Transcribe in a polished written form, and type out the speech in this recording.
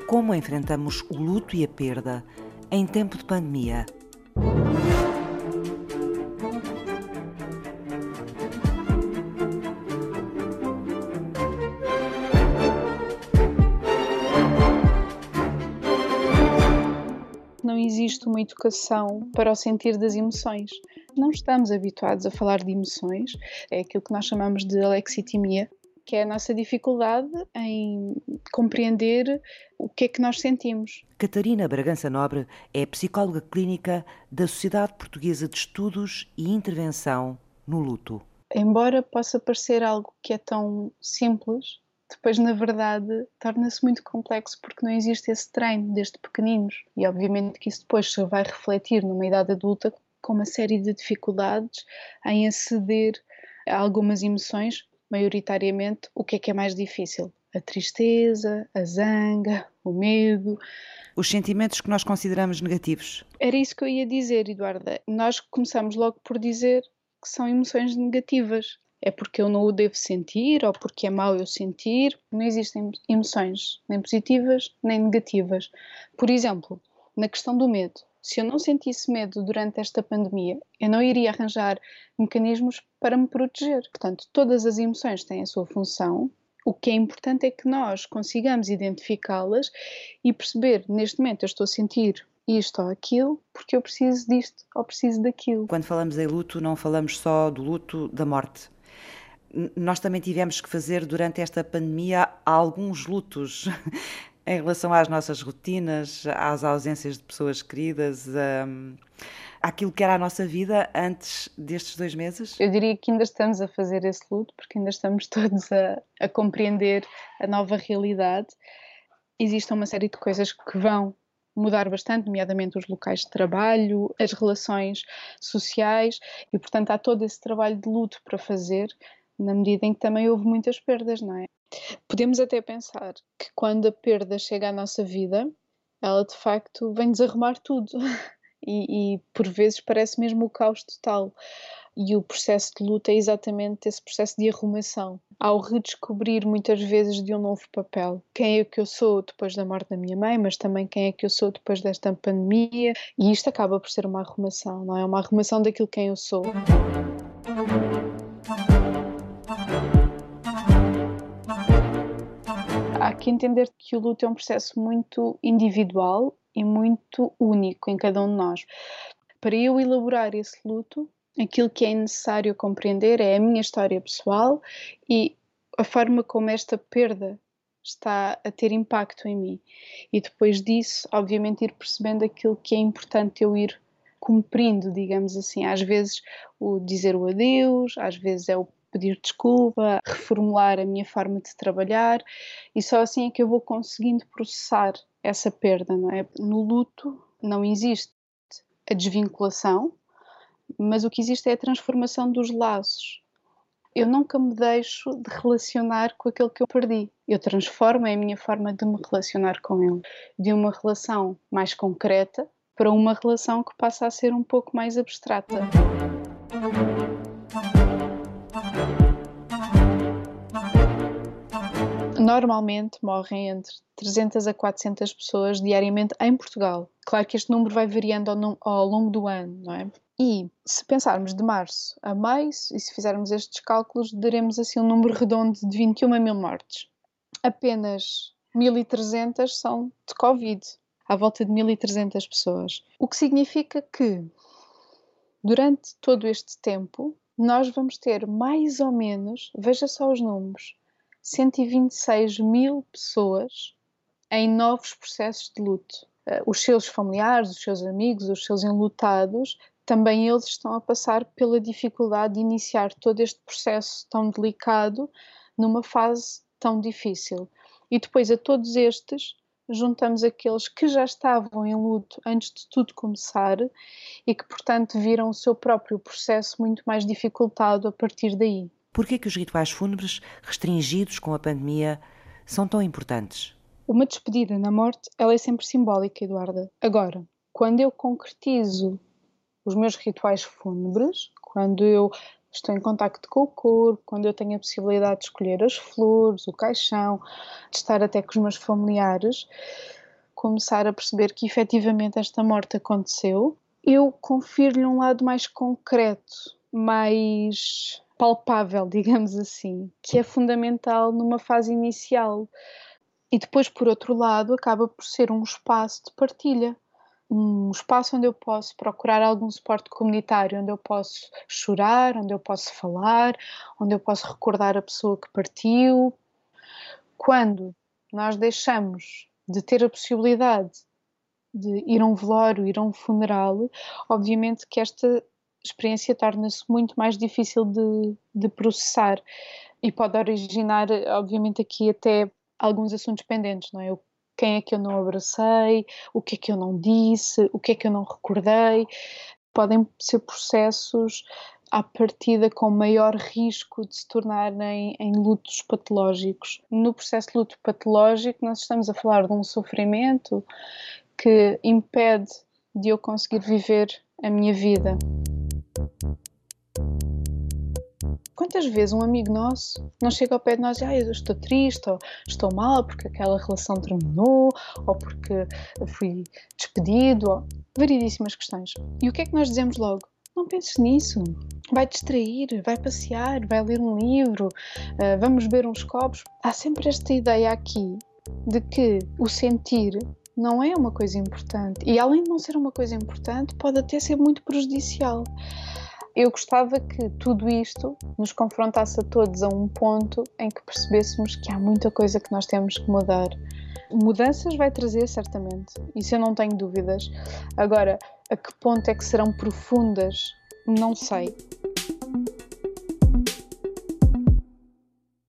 Como enfrentamos o luto e a perda em tempo de pandemia? Não existe uma educação para o sentir das emoções. Não estamos habituados a falar de emoções, é aquilo que nós chamamos de alexitimia, que é a nossa dificuldade em compreender o que é que nós sentimos. Catarina Bragança Nobre é psicóloga clínica da Sociedade Portuguesa de Estudos e Intervenção no Luto. Embora possa parecer algo que é tão simples, depois, na verdade, torna-se muito complexo porque não existe esse treino desde pequeninos. E, obviamente, que isso depois se vai refletir numa idade adulta com uma série de dificuldades em aceder a algumas emoções, maioritariamente, o que é mais difícil? A tristeza, a zanga, o medo. Os sentimentos que nós consideramos negativos. Era isso que eu ia dizer, Eduarda. Nós começamos logo por dizer que são emoções negativas. É porque eu não o devo sentir ou porque é mau eu sentir. Não existem emoções nem positivas nem negativas. Por exemplo, na questão do medo. Se eu não sentisse medo durante esta pandemia, eu não iria arranjar mecanismos para me proteger. Portanto, todas as emoções têm a sua função. O que é importante é que nós consigamos identificá-las e perceber, neste momento eu estou a sentir isto ou aquilo, porque eu preciso disto ou preciso daquilo. Quando falamos em luto, não falamos só do luto da morte. Nós também tivemos que fazer durante esta pandemia alguns lutos em relação às nossas rotinas, às ausências de pessoas queridas, àquilo que era a nossa vida antes destes 2 meses. Eu diria que ainda estamos a fazer esse luto, porque ainda estamos todos a compreender a nova realidade. Existem uma série de coisas que vão mudar bastante, nomeadamente os locais de trabalho, as relações sociais, e portanto há todo esse trabalho de luto para fazer, na medida em que também houve muitas perdas, não é? Podemos até pensar que quando a perda chega à nossa vida, ela de facto vem desarrumar tudo e por vezes parece mesmo o caos total. E o processo de luto é exatamente esse processo de arrumação. Ao redescobrir muitas vezes de um novo papel. Quem é que eu sou depois da morte da minha mãe, mas também quem é que eu sou depois desta pandemia. E isto acaba por ser uma arrumação, não é? Uma arrumação daquilo quem eu sou. Há que entender que o luto é um processo muito individual e muito único em cada um de nós. Para eu elaborar esse luto, aquilo que é necessário compreender é a minha história pessoal e a forma como esta perda está a ter impacto em mim. E depois disso, obviamente, ir percebendo aquilo que é importante eu ir cumprindo, digamos assim. Às vezes o dizer o adeus, às vezes é o pedir desculpa, reformular a minha forma de trabalhar, e só assim é que eu vou conseguindo processar essa perda, não é? No luto não existe a desvinculação, mas o que existe é a transformação dos laços. Eu nunca me deixo de relacionar com aquele que eu perdi. Eu transformo a minha forma de me relacionar com ele. De uma relação mais concreta para uma relação que passa a ser um pouco mais abstrata. Normalmente morrem entre 300 a 400 pessoas diariamente em Portugal. Claro que este número vai variando ao longo do ano, não é? E se pensarmos de março a maio, e se fizermos estes cálculos, daremos assim um número redondo de 21 mil mortes. Apenas 1.300 são de Covid, à volta de 1.300 pessoas. O que significa que, durante todo este tempo, nós vamos ter mais ou menos, veja só os números, 126 mil pessoas em novos processos de luto. Os seus familiares, os seus amigos, os seus enlutados, também eles estão a passar pela dificuldade de iniciar todo este processo tão delicado numa fase tão difícil. E depois a todos estes juntamos aqueles que já estavam em luto antes de tudo começar e que, portanto, viram o seu próprio processo muito mais dificultado a partir daí. Por que os rituais fúnebres, restringidos com a pandemia, são tão importantes? Uma despedida na morte, ela é sempre simbólica, Eduarda. Agora, quando eu concretizo os meus rituais fúnebres, quando eu estou em contacto com o corpo, quando eu tenho a possibilidade de escolher as flores, o caixão, de estar até com os meus familiares, começar a perceber que efetivamente esta morte aconteceu, eu confiro-lhe um lado mais concreto, mais palpável, digamos assim, que é fundamental numa fase inicial. E depois, por outro lado, acaba por ser um espaço de partilha. Um espaço onde eu posso procurar algum suporte comunitário, onde eu posso chorar, onde eu posso falar, onde eu posso recordar a pessoa que partiu. Quando nós deixamos de ter a possibilidade de ir a um velório, ir a um funeral, obviamente que esta experiência torna-se muito mais difícil de processar e pode originar, obviamente, aqui até alguns assuntos pendentes, não é? Quem é que eu não abracei, o que é que eu não disse, o que é que eu não recordei. Podem ser processos à partida com maior risco de se tornarem em lutos patológicos. No processo de luto patológico, nós estamos a falar de um sofrimento que impede de eu conseguir viver a minha vida. Quantas vezes um amigo nosso não chega ao pé de nós e eu estou triste, ou estou mal porque aquela relação terminou, ou porque fui despedido, ou variedíssimas questões. E o que é que nós dizemos logo? Não penses nisso, vai distrair, vai passear, vai ler um livro, vamos beber uns copos. Há sempre esta ideia aqui de que o sentir não é uma coisa importante e, além de não ser uma coisa importante, pode até ser muito prejudicial. Eu gostava que tudo isto nos confrontasse a todos a um ponto em que percebêssemos que há muita coisa que nós temos que mudar. Mudanças vai trazer, certamente, isso eu não tenho dúvidas. Agora, a que ponto é que serão profundas? Não sei.